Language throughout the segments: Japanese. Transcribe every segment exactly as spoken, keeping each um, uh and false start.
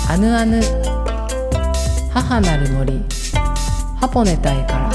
アヌアヌ母なる森ハポネタイから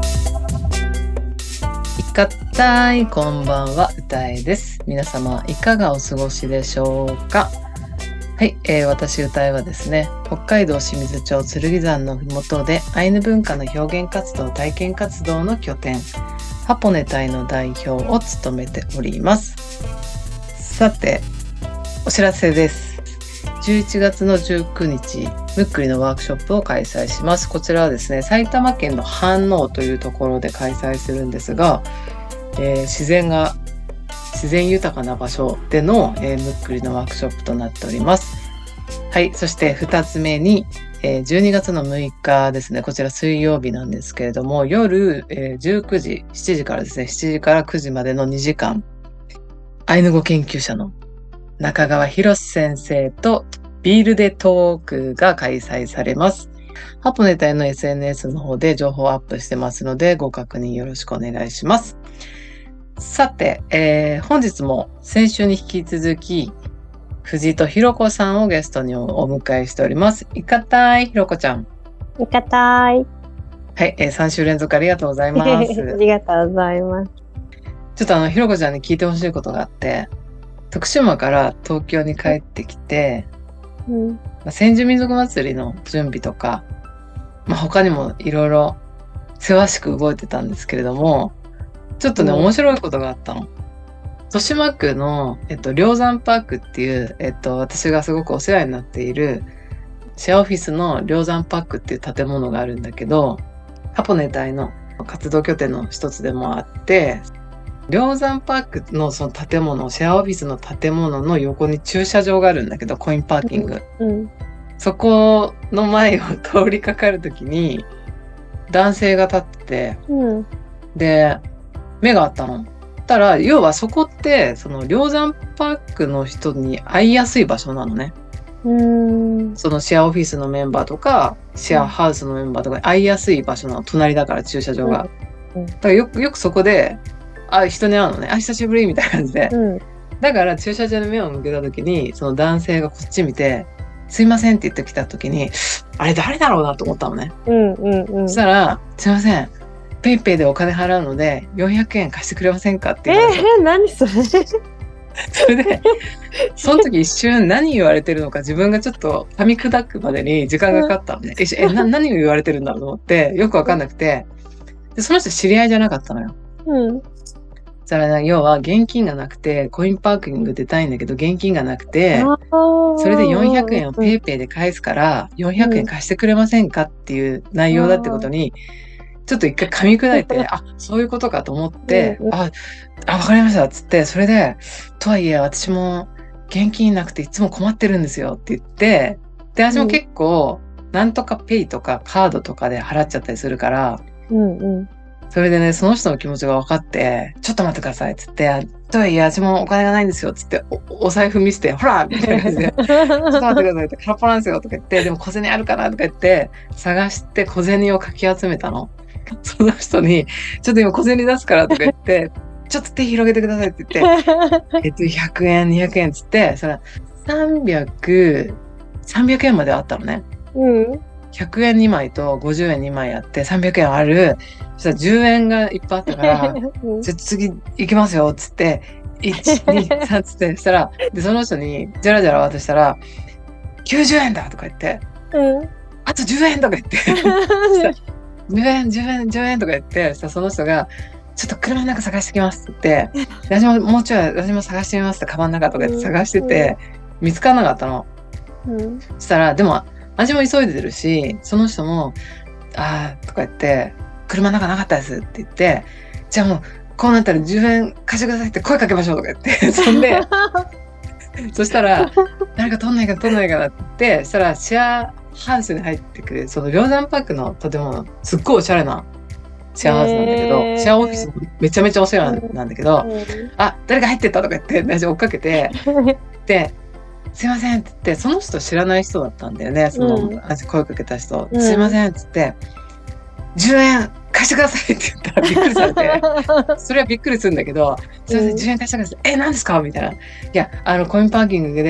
いかたいこんばんは、歌えです。皆様いかがお過ごしでしょうか。はい、えー、私歌えはですね、北海道清水町剣山のふもとでアイヌ文化の表現活動体験活動の拠点ハポネタイの代表を務めております。さて、お知らせです。じゅういちがつのじゅうくにち、むっくりのワークショップを開催します。こちらはですね、埼玉県の飯能というところで開催するんですが、えー、自然が自然豊かな場所での、えー、むっくりのワークショップとなっております。はい、そしてふたつめに、えー、じゅうにがつのむいかですね、こちら水曜日なんですけれども、夜、えー、じゅうくじ、しちじからですね、しちじからくじまでのにじかん、アイヌ語研究者の中川博先生とビールでトークが開催されます。ハポネタイの エスエヌエス の方で情報をアップしてますので、ご確認よろしくお願いします。さて、えー、本日も先週に引き続き、藤戸ひろ子さんをゲストにお迎えしております。いかたいひろこちゃん。 いかたい。 はい、えー、さんしゅう連続ありがとうございます。ありがとうございます。 ちょっとあの、ひろこちゃんに聞いてほしいことがあって、徳島から東京に帰ってきて、うんまあ、千住民族祭りの準備とか、まあ、他にもいろいろせわしく動いてたんですけれども、ちょっとね、うん、面白いことがあったの。豊島区の、えっと、梁山パークっていう、えっと、私がすごくお世話になっているシェアオフィスの梁山パークっていう建物があるんだけど、ハポネタイの活動拠点の一つでもあって、梁山パークのその建物、シェアオフィスの建物の横に駐車場があるんだけど、コインパーキング。うんうん、そこの前を通りかかるときに、男性が立ってて、うん、で、目があったの。たら、要はそこって、その梁山パークの人に会いやすい場所なのね。うーんそのシェアオフィスのメンバーとか、シェアハウスのメンバーとかに会いやすい場所なの。隣だから駐車場が。うんうん、だからよく、よくそこで、あ、人に会うのね。あ、久しぶりみたいな感じで。うん、だから駐車場に目を向けた時に、その男性がこっち見て、すいませんって言ってきた時に、あれ誰だろうなと思ったのね。うんうんうん。そしたら、すいません。ペイペイでお金払うので、よんひゃくえん貸してくれませんかって言われた。 えー、何それそれで、その時一瞬何言われてるのか自分がちょっと噛み砕くまでに時間がかかったのね。え、な、何を言われてるんだろうと思って、よくわかんなくて、でその人知り合いじゃなかったのよ。うん。それは要は現金がなくて、コインパーキング出たいんだけど現金がなくて、それでよんひゃくえんをペイペイで返すから、よんひゃくえん貸してくれませんかっていう内容だってことに、ちょっと一回噛み砕いて、あ、そういうことかと思って、あ、あ、わかりましたっつって、それで、とはいえ私も現金なくていつも困ってるんですよって言って、で、私も結構、なんとかペイとかカードとかで払っちゃったりするから、うんうん、それでね、その人の気持ちが分かって、ちょっと待ってくださいっつって、とはいえ私もお金がないんですよっつって、お, お財布見せて、ほらみたいな感じで、ちょっと待ってくださいって、空っぽなんですよとか言って、でも小銭あるかなとか言って、探して小銭をかき集めたの。その人に、ちょっと今小銭出すからとか言って、ちょっと手広げてくださいって言って、えっと、ひゃくえん、にひゃくえんつって、それさんびゃく、さんびゃくえんまであったのね。うん。ひゃくえんにまいとごじゅうえんにまいあってさんびゃくえんある。そしたらじゅうえんがいっぱいあったから、うん、じゃあ次行きますよ、つって、いち、に、さんつって、したら、で、その人にじゃらじゃら渡したら、きゅうじゅうえんだとか言って、うん、あとじゅうえんとか言って、じゅうえん、じゅうえん、じゅうえんとか言って、さ、その人が、ちょっと車の中探してきますって言って、私ももうちょい、私も探してみますって、カバンの中とかで探してて、うん、見つからなかったの。うん、そしたら、でも、私も急いでるし、その人も、あーとか言って、車の中なかったですって言って、じゃあもう、こうなったらじゅうえん貸してくださいって声かけましょうとか言って、そんで、そしたら、誰か取んないか取んないかなって言って、そしたら、シェアハウスに入ってくる、その梁山パークの建物、すっごいおしゃれなシェアハウスなんだけど、シェアオフィスもめちゃめちゃおしゃれなんだけど、あ、誰か入ってったとか言って、私追っかけて、で、すいませんって言って、その人知らない人だったんだよね。その、うん、声かけた人、うん。すいませんって言って、じゅうえん貸してくださいって言ったらびっくりされて、それはびっくりするんだけど、すいません、じゅうえん貸してください。え、何ですかみたいな。いや、あの、コインパーキングで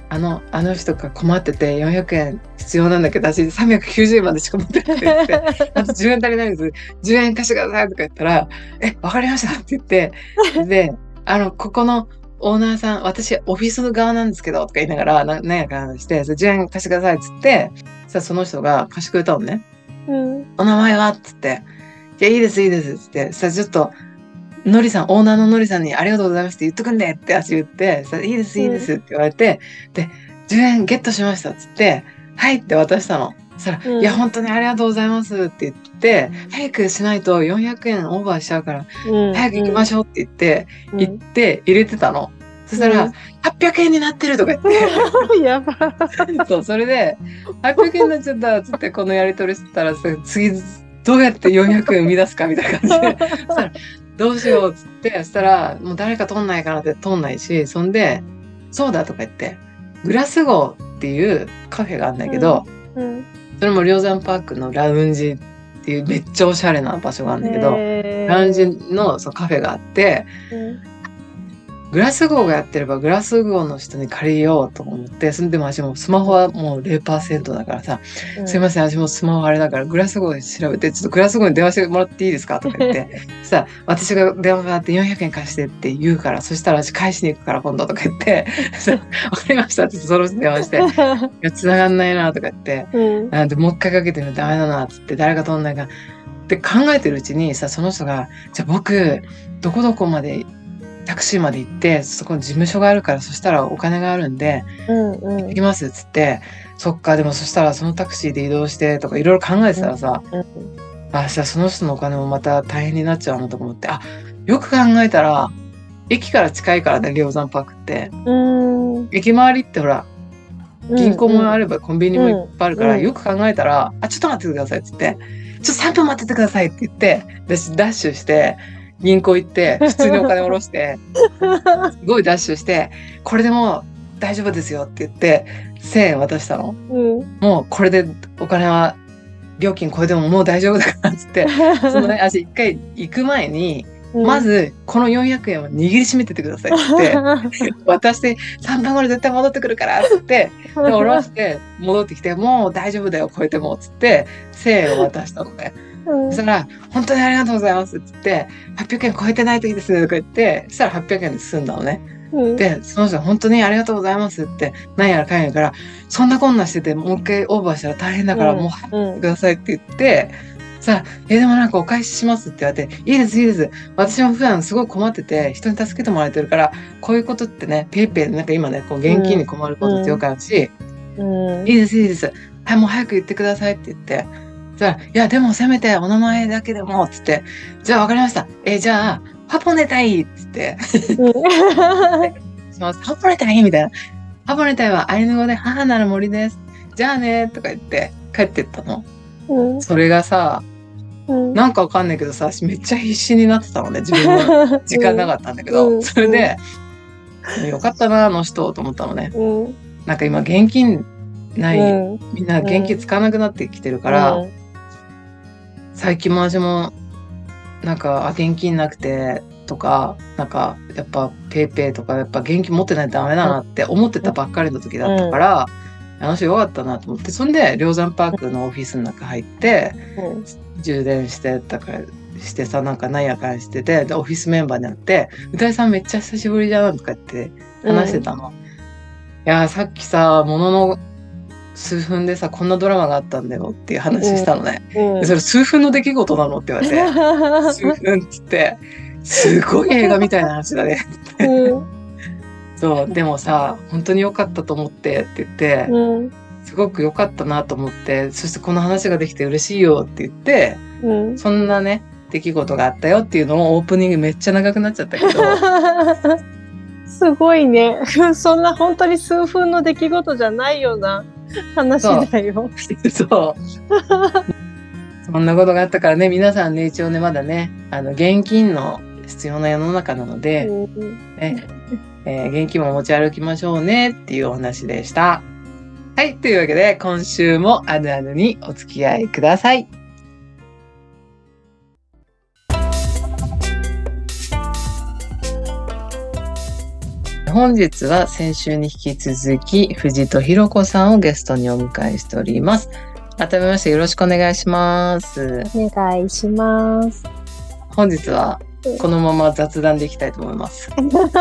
あの、あの人が困っててよんひゃくえん必要なんだけど、私さんびゃくきゅうじゅうえんまでしか持ってなくてって、あとじゅうえん足りないんです。じゅうえん貸してくださいとか言ったら、え、わかりましたって言って、で、あの、ここのオーナーさん、私オフィス側なんですけど、とか言いながら、な、なんやかんやして、じゅうえん貸してくださいって言って、さ、その人が貸してくれたのね。 うん。 お名前はって言って、いや、いいです、いいですって言って、さ、ちょっと、のりさん、オーナーののりさんにありがとうございますって言っとくんでって私言って、さ、いいです、いいですって言われて、で、じゅうえんゲットしましたっつって、はいって渡したの。そしたら、 うんいや、本当にありがとうございますって言って、早くしないとよんひゃくえんオーバーしちゃうから、 うん。 早く行きましょうって言って、 うん。 行って入れてたの。そしたら、 うんはっぴゃくえんになってるとか言って、 やば。 そう、それで、はっぴゃくえんになっちゃったっつってこのやり取りしてたらさ、次、どうやってよんひゃくえん生み出すかみたいな感じで、そしたら、どうしようっつって、そしたら、もう誰か取んないかなって取んないし、そんで、そうだとか言って、グラスゴーっていうカフェがあるんだけど、 うん。 それも梁山パークのラウンジっていうめっちゃおしゃれな場所があるんだけど、 へーラウンジのそのカフェがあって、 うんグラスゴーがやってればグラスゴーの人に借りようと思って、それでも私もスマホはもうゼロパーセントだからさ、 うんすいません、私もスマホあれだからグラスゴーで調べて、ちょっとグラスゴーに電話してもらっていいですかとか言って、さ、私が電話があってよんひゃくえん貸してって言うから、そしたら私返しに行くから今度とか言って、さ、わかりましたってその人電話して、いや、繋がんないなとか言って、 うんなんでもう一回かけてみるとダメだなっつって誰が取んないかって考えてるうちにさ、その人が、じゃあ僕、どこどこまでタクシーまで行って、そこに事務所があるから、そしたらお金があるんで、 うんうん行きますっつって、そっか、でもそしたらそのタクシーで移動してとかいろいろ考えてたらさ、あ、じゃあその人のお金もまた大変になっちゃうなと思って、あ、よく考えたら、駅から近いからね、梁山パークって。 うん駅周りってほら、銀行もあればコンビニもいっぱいあるから、 うんよく考えたら、あ、ちょっと待ってくださいっつって、ちょっとさんぷん待っててくださいって言って、私ダッシュして、銀行行って、普通にお金下ろして、すごいダッシュして、これでもう大丈夫ですよって言って、せんえん渡したの。 うんもうこれでお金は、料金これでももう大丈夫だからっつって、そのね、私一回行く前に、まず、このよんひゃくえんを握りしめててくださいって言って、渡してさんぷんごに絶対戻ってくるからっつって、で、下ろして戻ってきて、もう大丈夫だよ、超えてもっつって、せんえんを渡したのね。そしたら、本当にありがとうございますって言って、はっぴゃくえん超えてないといいですねとか言って、そしたらはっぴゃくえんで済んだのね。 うんで、その人本当にありがとうございますって、なんやらかんやから、そんなこんなしてて、もう一回オーバーしたら大変だから、もう早くしてくださいって言って、さあ、え、でもなんかお返ししますって言われて、いいです、いいです。私も普段すごい困ってて、人に助けてもらえてるから、こういうことってね、ペイペイ、なんか今ね、こう現金に困ることってよくあるし、 うんいいです、いいです。はい、もう早く言ってくださいって言って、じゃあ、いや、でもせめてお名前だけでも、つって、じゃあわかりました。え、じゃあ、ハポネタイつって、します。ハポネタイみたいな。ハポネタイはアイヌ語で母なる森です。じゃあねとか言って帰ってったの。 うんそれがさ、 うんなんかわかんないけどさ、めっちゃ必死になってたのね。自分の時間なかったんだけど、 うんそれで、よかったな、あの人、と思ったのね。 うんなんか今現金ない、 うんみんな現金使わなくなってきてるから、最近も私も、なんか、あ、現金なくて、とか、なんか、やっぱ、ペイペイとか、やっぱ現金持ってないとダメだなって思ってたばっかりの時だったから、あの人よかったなと思って、そんで、梁山パークのオフィスの中入って、充電してたから、してさ、なんかなんやかんしてて、で、オフィスメンバーに会って、うたいさんめっちゃ久しぶりじゃんとか言って話してたの。いやー、さっきさ、ものの数分でさ、こんなドラマがあったんだよっていう話したのね。 うんでそれ数分の出来事なのって言われて、数分っつって、すごい映画みたいな話だね。 うんそう、でもさ、本当に良かったと思ってって言って、 うんすごく良かったなと思って、そしてこの話ができて嬉しいよって言って、 うんそんなね、出来事があったよっていうのをオープニングめっちゃ長くなっちゃったけど、 すごいね。そんな本当に数分の出来事じゃないような話だよ。 そう。そんなことがあったからね、皆さんね、一応ね、まだね、あの、現金の必要な世の中なので、 うんねえー現金も持ち歩きましょうねっていうお話でした。はい。というわけで、今週もあるあるにお付き合いください。 本日は先週に引き続き藤戸ひろ子さんをゲストにお迎えしております。改めましてよろしくお願いします。 お願いします。 本日はこのまま雑談でいきたいと思います。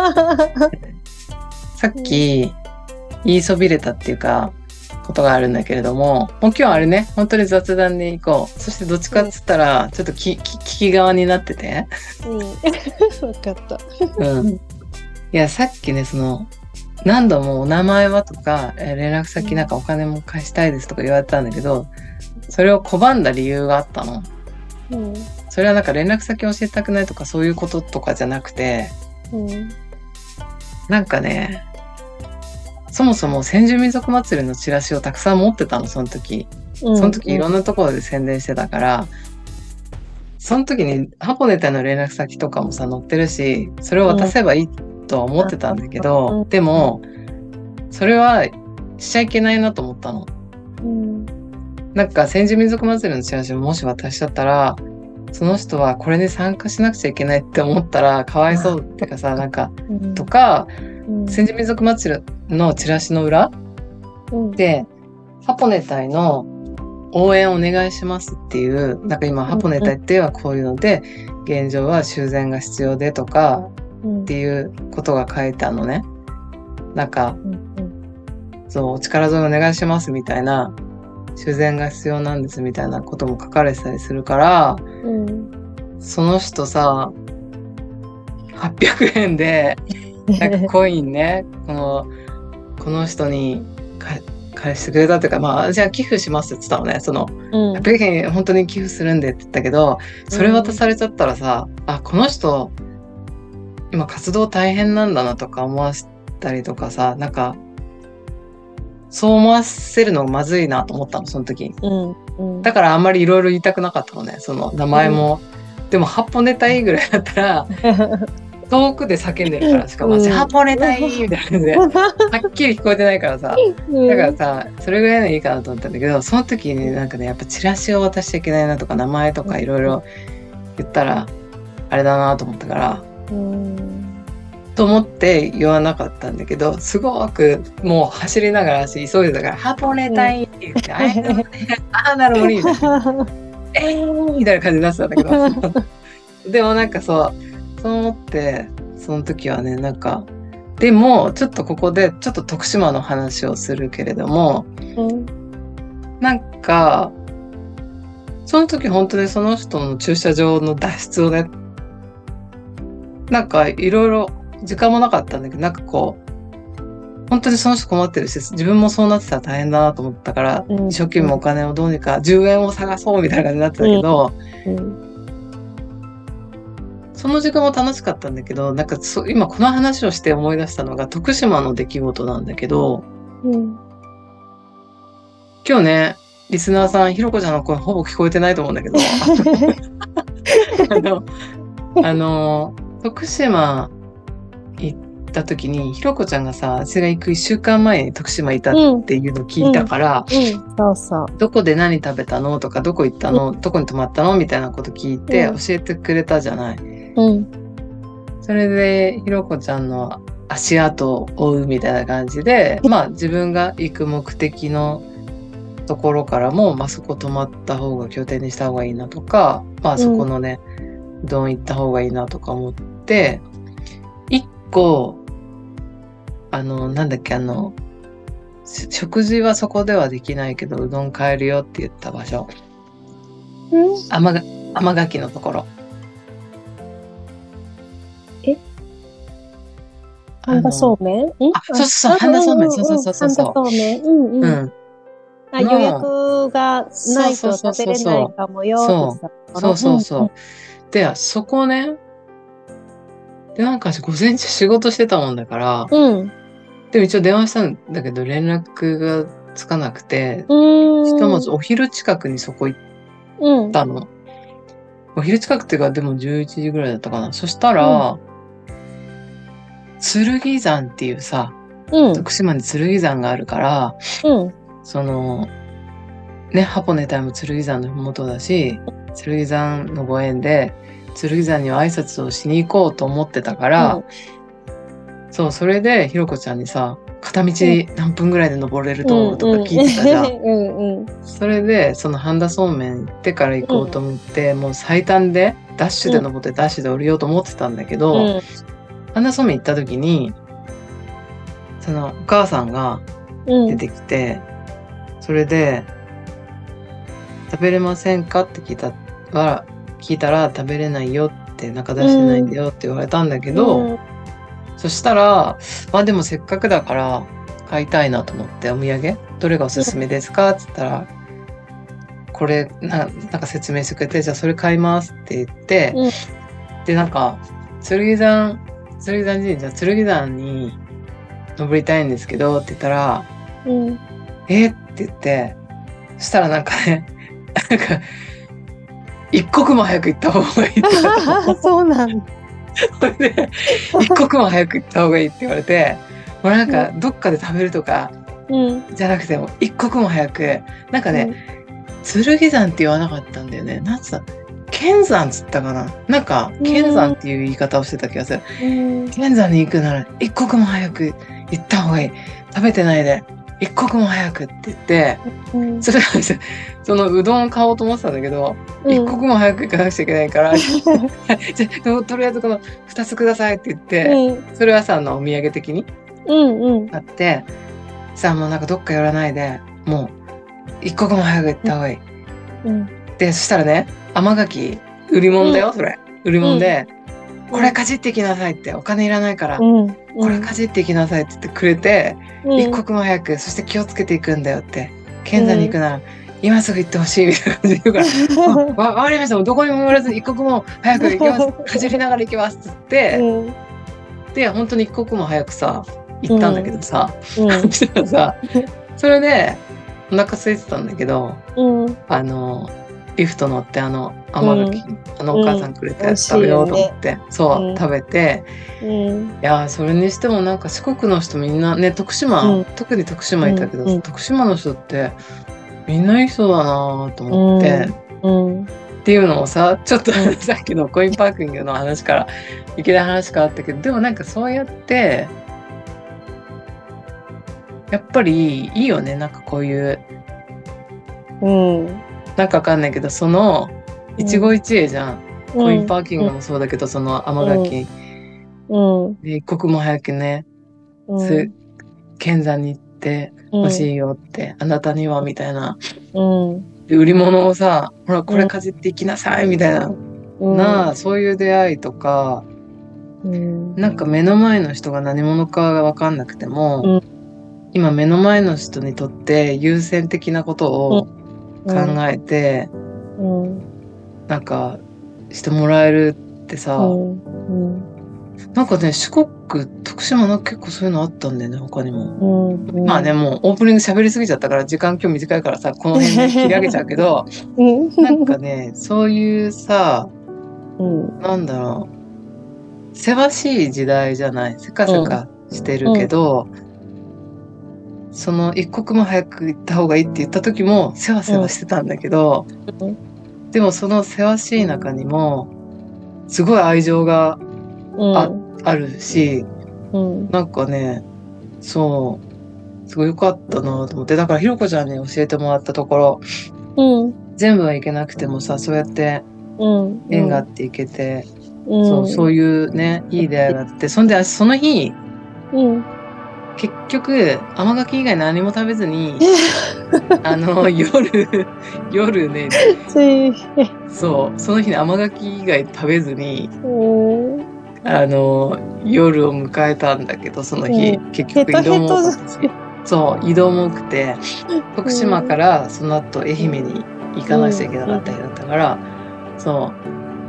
さっき言いそびれたっていうかことがあるんだけれども、もう今日はあれね、本当に雑談でいこう。そしてどっちかっつったらちょっときき聞き側になってて。 うん、分かった。 うん。いや、さっきね、その何度もお名前はとか連絡先なんかお金も貸したいですとか言われたんだけど、それを拒んだ理由があったの。うん、それはなんか連絡先教えたくないとかそういうこととかじゃなくて、うん、なんかね、そもそも先住民族祭りのチラシをたくさん持ってたの、その時。その時いろんなところで宣伝してたから、うん、その時にハポネタの連絡先とかもさ載ってるし、それを渡せばいいとは思ってたんだけど、うん、でもそれはしちゃいけないなと思ったの。うん、なんか先住民族祭りのチラシをもし渡しちゃったら、その人はこれに参加しなくちゃいけないって思ったらかわいそうっていうかさ、なんか、うん、とか、うん、先住民族祭りのチラシの裏、うん、でハポネタイの応援お願いしますっていう、なんか今ハポネタイってはこういうので、うん、現状は修繕が必要でとか、うん、っていうことが書いてあるのね。なんか、うんうん、そうお力添えお願いしますみたいな、修繕が必要なんですみたいなことも書かれてたりするから、うん、その人さはっぴゃくえんでなんかコインねこのこの人に返してくれたっていうか、まあじゃあ寄付しますって言ったのね。その、うん、はっぴゃくえん本当に寄付するんでって言ったけど、それ渡されちゃったらさ、うん、あこの人今活動大変なんだなとか思わせたりとかさ、なんかそう思わせるのまずいなと思ったの、その時。うんうん、だからあんまりいろいろ言いたくなかったのね、その名前も。うん、でも、ハポネタイぐらいだったら、遠くで叫んでるから、しかも、うん、ハポネタイみたいな感じで、はっきり聞こえてないからさ、だからさ、それぐらいのいいかなと思ったんだけど、その時になんかね、やっぱチラシを渡しちゃいけないなとか、名前とかいろいろ言ったら、あれだなと思ったから、うんと思って言わなかったんだけど、すごくもう走りながら足急いでたから、ハポネタイって言って、ああなるほどみたいな、えーみたいな感じになってたんだけど、でもなんかそう、そう思って、その時はね、なんか、でもちょっとここでちょっと徳島の話をするけれども、うん、なんか、その時本当にその人の駐車場の脱出をね、なんかいろいろ、時間もなかったんだけど、なんかこう、本当にその人困ってるし、自分もそうなってたら大変だなと思ったから、うん、一生懸命お金をどうにかじゅうえんを探そうみたいな感じになってたけど、うんうん、その時間も楽しかったんだけど、なんかそ今この話をして思い出したのが徳島の出来事なんだけど、うん、今日ね、リスナーさん、ひろこちゃんの声ほぼ聞こえてないと思うんだけど、あの、あの、徳島行った時にひろこちゃんがさ、私が行くいっしゅうかんまえに徳島いたっていうのを聞いたから、うんうんうん、そうそう、どこで何食べたのとか、どこ行ったの、うん、どこに泊まったのみたいなこと聞いて教えてくれたじゃない、うん、それでひろこちゃんの足跡を追うみたいな感じで、まあ自分が行く目的のところからも、まあ、そこ泊まった方が拠点にした方がいいなとか、まあそこのね、うどん行った方がいいなとか思って、一個、あの、なんだっけ、あの、食事はそこではできないけど、うどん買えるよって言った場所。甘が、甘柿のところ。 え半田そうめん？ あ、そうそうそう、半田そうめん、そうそうそうそう。 半田そうめん。うんうん。うんあ予約がないと食べれないかもよ。 そうそうそうそう。うん、で、そこね、で、なんか午前中仕事してたもんだから、うん、でも一応電話したんだけど連絡がつかなくて、ひとまずお昼近くにそこ行ったの。うん、お昼近くっていうか、でもじゅういちじぐらいだったかな。そしたら、うん、剣山っていうさ、うん、徳島に剣山があるから、うん、その、ね、ハポネタイも剣山の麓だし、剣山のご縁で、剣山には挨拶をしに行こうと思ってたから、 そう、それで、ひろこちゃんにさ、片道何分ぐらいで登れると思うとか聞いてたじゃん。 うんうん。 それで、その半田そうめん行ってから行こうと思って、もう最短で、ダッシュで登ってダッシュで降りようと思ってたんだけど、 うん。 半田そうめん行った時に、そのお母さんが出てきて、それで、食べれませんかって聞いたら、聞いたら食べれないよって、中出してないんだよって言われたんだけど、 うんそしたら、まあでもせっかくだから買いたいなと思ってお土産どれがおすすめですかって言ったら、これな、なんか説明してくれて、じゃあそれ買いますって言って、 うんで、なんか、剣山、剣山神社、剣山に登りたいんですけどって言ったら、 うん、 えって言って、そしたらなんかね、なんか、一刻も早く行った方がいいって言われた。 そうなんだ。 それで、一刻も早く行った方がいいって言われて、もうなんか、どっかで食べるとか、じゃなくても、一刻も早く、なんかね、剣山って言わなかったんだよね。なんつった剣山っつったかななんか、剣山っていう言い方をしてた気がする。剣山に行くなら、一刻も早く行った方がいい。食べてないで、一刻も早くって言って、それそのうどんを買おうと思ってたんだけど、一刻も早く行かなくちゃいけないから、じゃあ、とりあえずこの二つくださいって言って、それはさ、あの、お土産的に買って、さあもうなんかどっか寄らないで、もう、一刻も早く行った方がいい。で、そしたらね、甘柿、売り物だよ、それ。売り物で、これかじってきなさいって、お金いらないから、これかじってきなさいって言ってくれて、一刻も早く、そして気をつけていくんだよって、剣山に行くなら、今すぐ行ってほしいみたいな感じで言うから、わかりました、どこにも寄らずに一刻も早く行きます、かじりながら行きますって言って、で、本当に一刻も早くさ、行ったんだけどさ、そしたらさ、それで、お腹空いてたんだけど、あの、リフト乗ってあの甘柿、うん、あのお母さんくれてやつ食べようと思って、うん、そう、うん、食べて、うん、いやそれにしてもなんか四国の人みんなね、徳島、うん、特に徳島いたけど、うん、徳島の人ってみんないい人だなと思って、うんうん、っていうのをさ、ちょっと、うん、さっきのコインパーキングの話からいきなり話変わったけど、でもなんかそうやってやっぱりいいよね、なんかこういう、うんなんかわかんないけど、その、一期一会じゃん。うん、コインパーキングもそうだけど、うん、その甘柿。うん、で、一刻も早くね、うん、剣山に行ってほしいよって、うん、あなたには、みたいな。うん、で売り物をさ、ほら、これかじっていきなさい、みたいな。うん、なあ、そういう出会いとか、うん、なんか目の前の人が何者かがわかんなくても、うん、今目の前の人にとって優先的なことを、考えて、うんうん、なんかしてもらえるってさ、うんうん、なんかね、四国、徳島の結構そういうのあったんだよね、他にも。うんうん、まあね、もうオープニング喋りすぎちゃったから時間今日短いからさ、この辺で切り上げちゃうけど、なんかね、そういうさ、うん、なんだろう、せわしい時代じゃない、せかせかしてるけど、うんその一刻も早く行った方がいいって言った時もせわせわしてたんだけど、うん、でもそのせわしい中にもすごい愛情が あ,、うん、あるし、うん、なんかね、そうすごい良かったなと思って、だからひろこちゃんに教えてもらったところ、うん、全部はいけなくてもさ、そうやって縁があっていけて、うん、そうそういうねいい出会いがあって、そんでその日、うん結局、甘柿以外何も食べずに、あの、夜、夜ね、そう、その日に甘柿以外食べずに、あの、夜を迎えたんだけど、その日、うん、結局移動も多かったし、そう、移動も多くて、徳島からその後愛媛に行かなくちゃいけなかった日だったから、そう、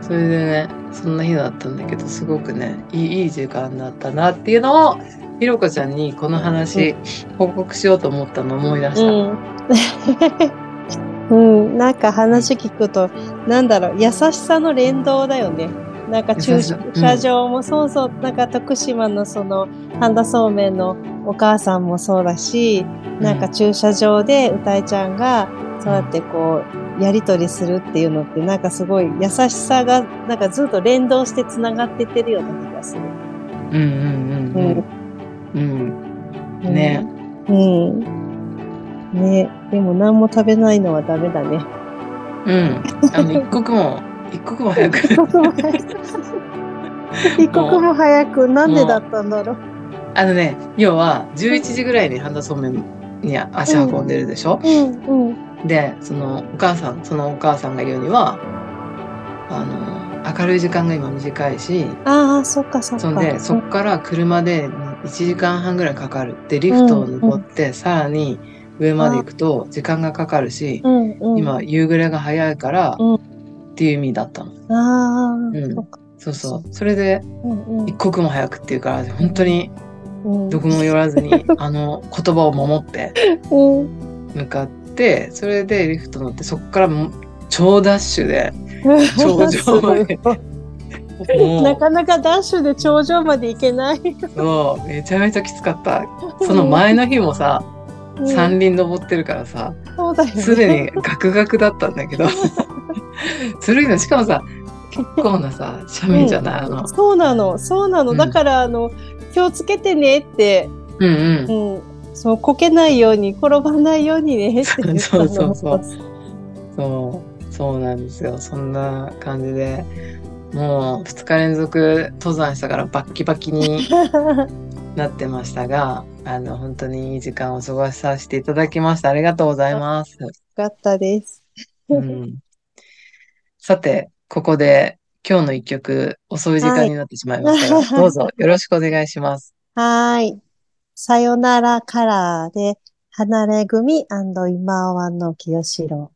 それでね、そんな日だったんだけど、すごくね、いい、いい時間だったなっていうのを、ひろこちゃんにこの話、報告しようと思ったのを思い出した。 うん、うん、なんか話聞くと、なんだろう、優しさの連動だよね。なんか駐車場もそうそう、なんか徳島のその半田そうめんのお母さんもそうだし、なんか駐車場で歌いちゃんがそうやってこうやりとりするっていうのってなんかすごい優しさがなんかずっと連動してつながってってるような気がする。 うんうんうんうん。うんうん。ね。 うん。ね。でも何も食べないのはダメだね。 うん。あの、一刻も、一刻も早く。 一刻も早く。一刻も早く。なんでだったんだろう。 あのね、要は、じゅういちじぐらいに半田そうめんに足運んでるでしょ、 うん、うん。 で、その、お母さん、そのお母さんが言うには、あの、明るい時間が今短いし、 ああ、そっかそっか。 そんで、そっから車でいちじかんはんぐらいかかる。で、リフトを登って、さらに上まで行くと時間がかかるし、 うんうん、 今、夕暮れが早いから、 うん、 っていう意味だったの。 ああ、 うん、 そっか。 そうそう。それで、 うんうん、 一刻も早くっていうから、本当に、 うん、 どこも寄らずに、あの言葉を守ってうん、 向かって、それでリフト乗って、そこからもう超ダッシュで頂上まで。もうなかなかダッシュで頂上まで行けない。 そう、めちゃめちゃきつかった。その前の日もさ、 うん山林登ってるからさ、 そうだよね。 すでにガクガクだったんだけど、それのしかもさ、結構なさ、斜面じゃない、あの。 そうなの、そうなの。 うんだから、あの、気をつけてねって、 うんうん。 うん、そう、こけないように、転ばないようにねって言ったの。 そうそうそう。そう、そうなんですよ。そんな感じで、もうふつか連続登山したからバッキバキになってましたが、あの、本当にいい時間を過ごさせていただきました。ありがとうございます。 よかったです。 うん、さて、ここで今日の一曲、遅い時間になってしまいましたが、どうぞよろしくお願いします。 はい。さよならカラーで、離れ組今和の清志郎。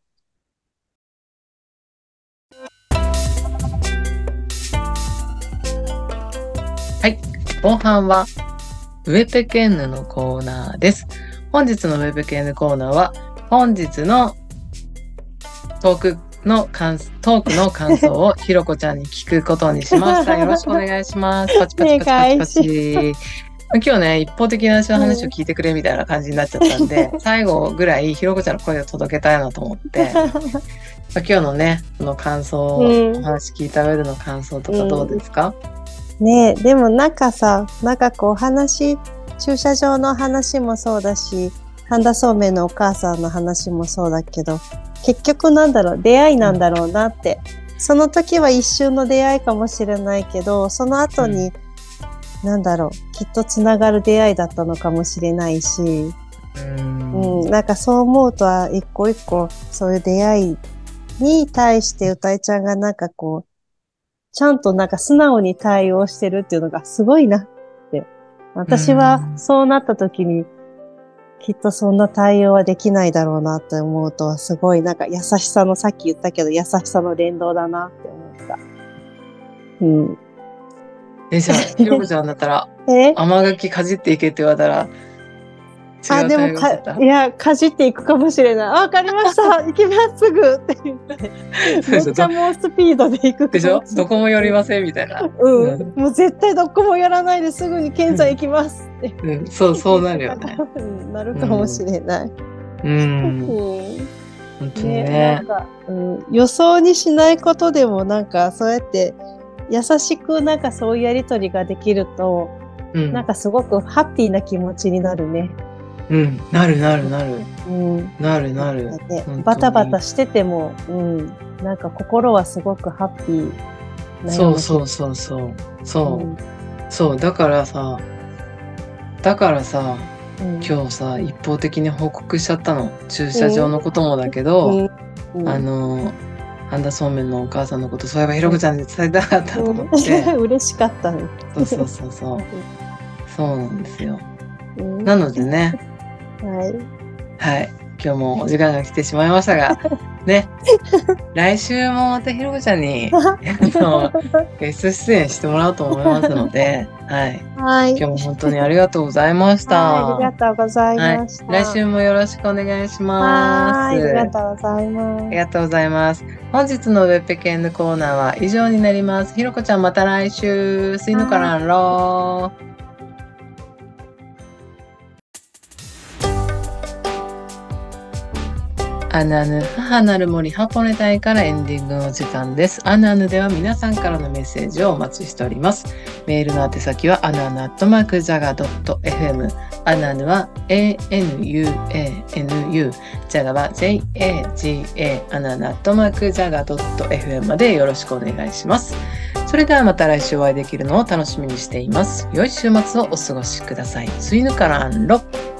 はい。後半は、ウェペケンヌのコーナーです。本日のウェペケンヌコーナーは、本日のトークの感、トークの感想をひろこちゃんに聞くことにしました。よろしくお願いします。パチパチパチパチパチ。今日ね、一方的な私の話を聞いてくれみたいな感じになっちゃったんで、うん、最後ぐらいひろこちゃんの声を届けたいなと思って、まあ、今日のね、その感想、うん、お話聞いた上での感想とかどうですか？ うん、ねえ、でもなんかさ、なんかこう話、駐車場の話もそうだし、半田そうめんのお母さんの話もそうだけど、結局なんだろう、出会いなんだろうなって。うん、その時は一瞬の出会いかもしれないけど、その後に、うんなんだろう、きっとつながる出会いだったのかもしれないし、うん、うん、なんかそう思うとは一個一個そういう出会いに対してうたいちゃんがなんかこう、ちゃんとなんか素直に対応してるっていうのがすごいなって。私はそうなった時にきっとそんな対応はできないだろうなって思うと、すごいなんか優しさの、さっき言ったけど優しさの連動だなって思った。うん。 え、じゃあ、ひろこちゃんだったら、甘柿かじっていけって言われたら、 あ、でもか、いや、かじっていくかもしれない。あ、わかりました。行きますぐって言って。めっちゃ猛スピードで行くでしょどこも寄りませんみたいな。 うん。うん、もう絶対どこも寄らないですぐに検査行きますって。 うん、そう、そうなるよね。 なるかもしれない。 うん。うん、本当にね。 ねなんか、うん、予想にしないことでもなんか、そうやって、優しくなんかそういうやりとりができると、うん、なんかすごくハッピーな気持ちになるね。 うん、なるなるなる。うん、なるなる、 ね。バタバタしてても、うん、なんか心はすごくハッピーなそうそうそうそう。そう、うん、そう、だからさ、だからさ、うん、今日さ、一方的に報告しちゃったの。駐車場のこともだけど、うん、あの、半田そうめんのお母さんのこと、そういえばひろこちゃんに伝えたかったと思って。 うん、嬉しかったね。 そうそうそうそう。そうなんですよ。うん、なのでね。 はい。 はい。今日もお時間が来てしまいましたが、ね。来週もまたひろこちゃんに、あの、ゲスト出演してもらおうと思いますので、はい。はい。今日も本当にありがとうございました。 はい、ありがとうございました。 はい、来週もよろしくお願いします。 はい、ありがとうございます。 ありがとうございます。本日のウェペケンのコーナーは以上になります。ひろこちゃんまた来週。すいのからんろー。アヌアヌ母なる森ハポネ隊からエンディングの時間です。アヌアヌでは皆さんからのメッセージをお待ちしております。 メールの宛先はアナヌアットマークジャガドットエフエム。アナヌは エーエヌユーエーエヌユー。ジャガは ジェイエージーエー。アナヌアットマークジャガドットエフエム までよろしくお願いします。それではまた来週お会いできるのを楽しみにしています。良い週末をお過ごしください。スイヌカランロ。